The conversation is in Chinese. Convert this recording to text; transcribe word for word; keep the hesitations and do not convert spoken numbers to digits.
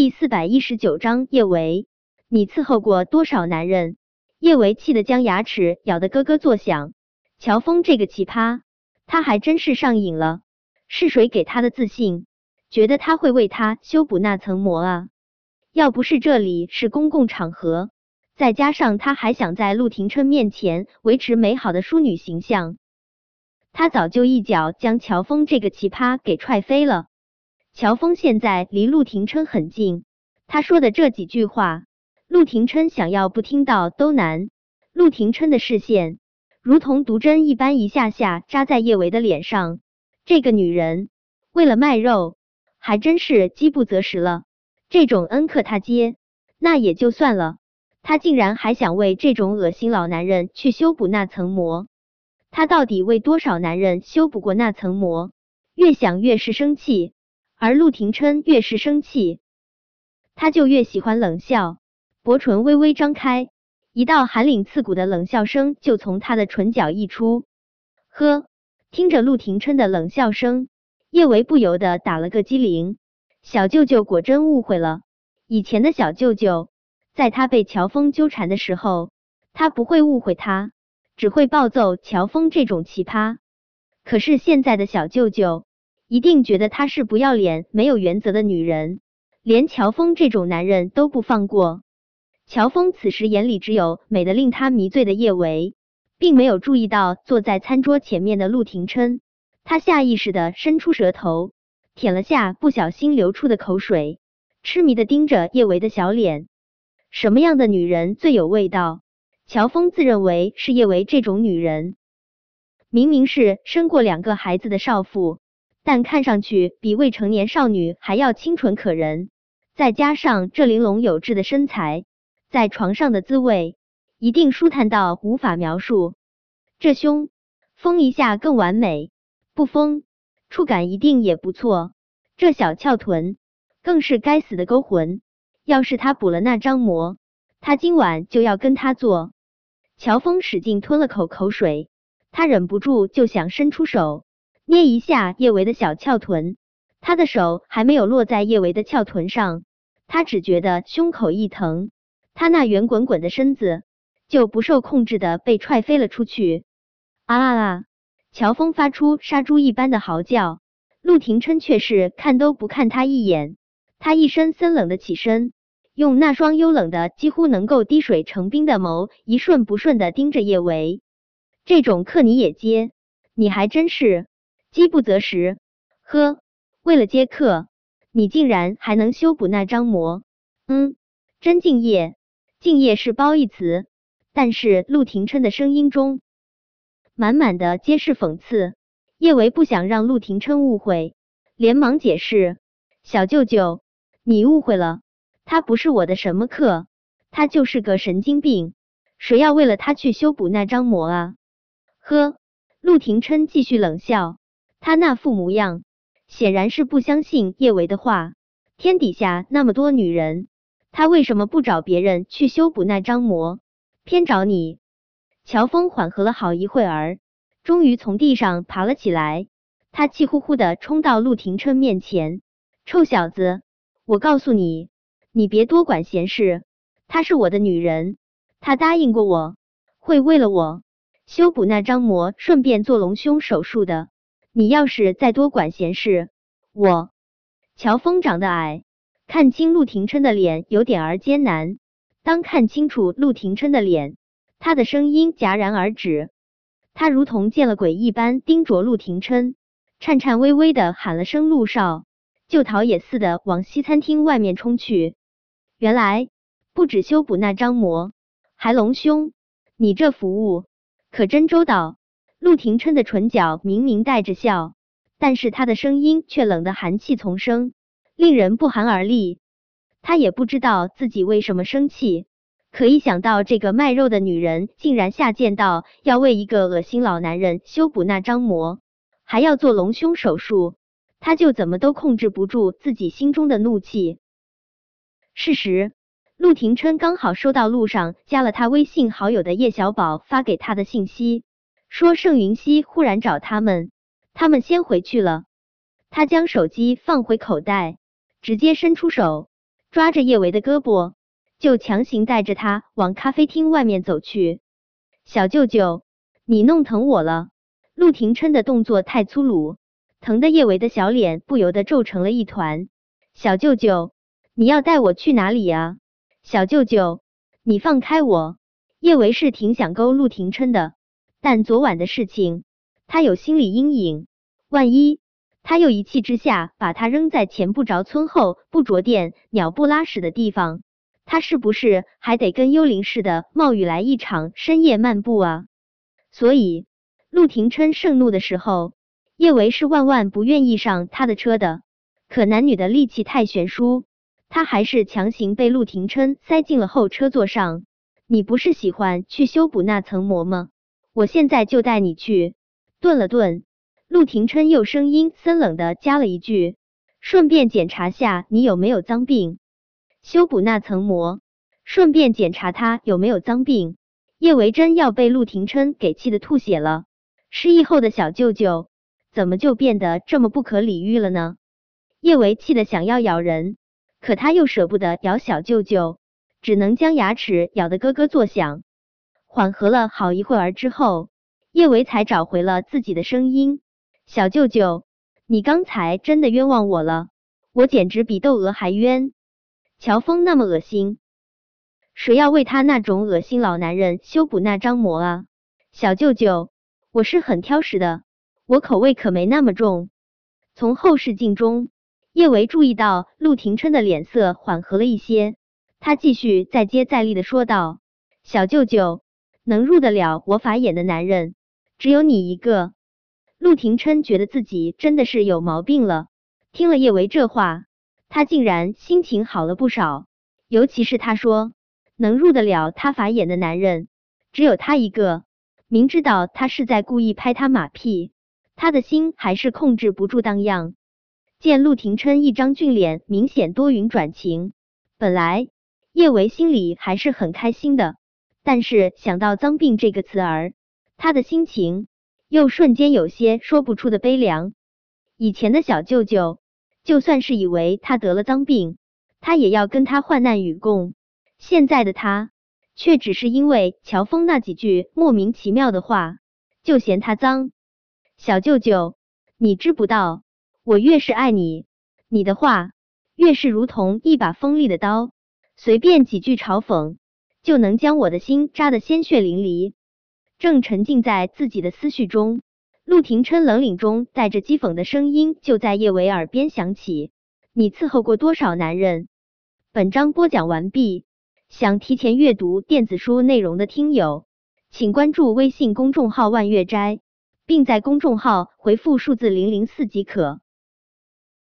第四百一十九章叶维，你伺候过多少男人？叶维气得将牙齿咬得咯咯作响。乔峰这个奇葩，他还真是上瘾了。是谁给他的自信，觉得他会为他修补那层膜啊？要不是这里是公共场合，再加上他还想在陆廷琛面前维持美好的淑女形象，他早就一脚将乔峰这个奇葩给踹飞了。乔峰现在离陆廷琛很近，他说的这几句话，陆廷琛想要不听到都难。陆廷琛的视线如同毒针一般一下下扎在叶维的脸上，这个女人为了卖肉，还真是饥不择食了。这种恩客他接，那也就算了，他竟然还想为这种恶心老男人去修补那层膜。他到底为多少男人修补过那层膜？越想越是生气。而陆廷琛越是生气，他就越喜欢冷笑，薄唇微微张开，一道寒凛刺骨的冷笑声就从他的唇角溢出。呵，听着陆廷琛的冷笑声，叶维不由得打了个激灵。小舅舅果真误会了，以前的小舅舅，在他被乔峰纠缠的时候，他不会误会他，只会暴揍乔峰这种奇葩。可是现在的小舅舅，一定觉得她是不要脸、没有原则的女人，连乔峰这种男人都不放过。乔峰此时眼里只有美得令他迷醉的叶维，并没有注意到坐在餐桌前面的陆廷琛。他下意识地伸出舌头，舔了下不小心流出的口水，痴迷地盯着叶维的小脸。什么样的女人最有味道？乔峰自认为是叶维这种女人，明明是生过两个孩子的少妇，但看上去比未成年少女还要清纯可人，再加上这玲珑有致的身材，在床上的滋味一定舒坦到无法描述。这胸丰一下更完美，不丰触感一定也不错。这小翘臀更是该死的勾魂，要是他补了那张膜，他今晚就要跟他做。乔峰使劲吞了口口水，他忍不住就想伸出手捏一下叶维的小翘臀，他的手还没有落在叶维的翘臀上，他只觉得胸口一疼，他那圆滚滚的身子就不受控制的被踹飞了出去。啊啊啊！乔峰发出杀猪一般的嚎叫，陆廷琛却是看都不看他一眼，他一身森冷的起身，用那双幽冷的几乎能够滴水成冰的眸一瞬不瞬的盯着叶维。这种客你也接，你还真是饥不择食。呵，为了接客，你竟然还能修补那张膜，嗯，真敬业。敬业是褒义词，但是陆廷琛的声音中满满的皆是讽刺。叶维不想让陆廷琛误会，连忙解释，小舅舅，你误会了，他不是我的什么客，他就是个神经病，谁要为了他去修补那张膜啊？呵，陆廷琛继续冷笑，他那副模样显然是不相信叶维的话。天底下那么多女人，他为什么不找别人去修补那张膜，偏找你？乔峰缓和了好一会儿，终于从地上爬了起来，他气呼呼的冲到陆廷琛面前，臭小子，我告诉你，你别多管闲事，她是我的女人，她答应过我，会为了我修补那张膜，顺便做隆胸手术的。你要是再多管闲事，我……乔峰长得矮，看清陆廷琛的脸有点儿艰难。当看清楚陆廷琛的脸，他的声音戛然而止。他如同见了鬼一般盯着陆廷琛，颤颤巍巍的喊了声陆少，就逃也似的往西餐厅外面冲去。原来不止修补那张膜，还隆胸，你这服务可真周到。陆廷琛的唇角明明带着笑，但是他的声音却冷得寒气丛生，令人不寒而栗。他也不知道自己为什么生气，可一想到这个卖肉的女人竟然下贱到要为一个恶心老男人修补那张膜，还要做隆胸手术，他就怎么都控制不住自己心中的怒气。事实，陆廷琛刚好收到路上加了他微信好友的叶小宝发给他的信息，说盛云熙忽然找他们，他们先回去了。他将手机放回口袋，直接伸出手抓着叶维的胳膊，就强行带着他往咖啡厅外面走去。小舅舅，你弄疼我了。陆廷琛的动作太粗鲁，疼得叶维的小脸不由得皱成了一团。小舅舅，你要带我去哪里啊？小舅舅，你放开我。叶维是挺想勾陆廷琛的，但昨晚的事情，他有心理阴影，万一他又一气之下把他扔在前不着村后不着店鸟不拉屎的地方，他是不是还得跟幽灵似的冒雨来一场深夜漫步啊？所以陆廷琛盛怒的时候，叶维是万万不愿意上他的车的，可男女的力气太悬殊，他还是强行被陆廷琛塞进了后车座上。你不是喜欢去修补那层膜吗？我现在就带你去。顿了顿，陆廷琛又声音森冷的加了一句，顺便检查下你有没有脏病。修补那层膜，顺便检查他有没有脏病。叶维真要被陆廷琛给气得吐血了。失忆后的小舅舅，怎么就变得这么不可理喻了呢？叶维气得想要咬人，可他又舍不得咬小舅舅，只能将牙齿咬得咯咯作响。缓和了好一会儿之后，叶维才找回了自己的声音。小舅舅，你刚才真的冤枉我了，我简直比窦娥还冤。乔峰那么恶心，谁要为他那种恶心老男人修补那张膜啊？小舅舅，我是很挑食的，我口味可没那么重。从后视镜中，叶维注意到陆廷琛的脸色缓和了一些，他继续再接再厉的说道：小舅舅，能入得了我法眼的男人只有你一个。陆廷琛觉得自己真的是有毛病了，听了叶维这话，他竟然心情好了不少。尤其是他说能入得了他法眼的男人只有他一个，明知道他是在故意拍他马屁，他的心还是控制不住荡漾。见陆廷琛一张俊脸明显多云转晴，本来叶维心里还是很开心的，但是想到脏病这个词儿，他的心情又瞬间有些说不出的悲凉。以前的小舅舅就算是以为他得了脏病，他也要跟他患难与共，现在的他却只是因为乔峰那几句莫名其妙的话就嫌他脏。小舅舅，你知不道，我越是爱你，你的话越是如同一把锋利的刀，随便几句嘲讽就能将我的心扎得鲜血淋漓。正沉浸在自己的思绪中，陆廷琛冷凛中带着讥讽的声音就在叶维耳边响起：你伺候过多少男人？本章播讲完毕。想提前阅读电子书内容的听友，请关注微信公众号万月斋，并在公众号回复数字零零四即可。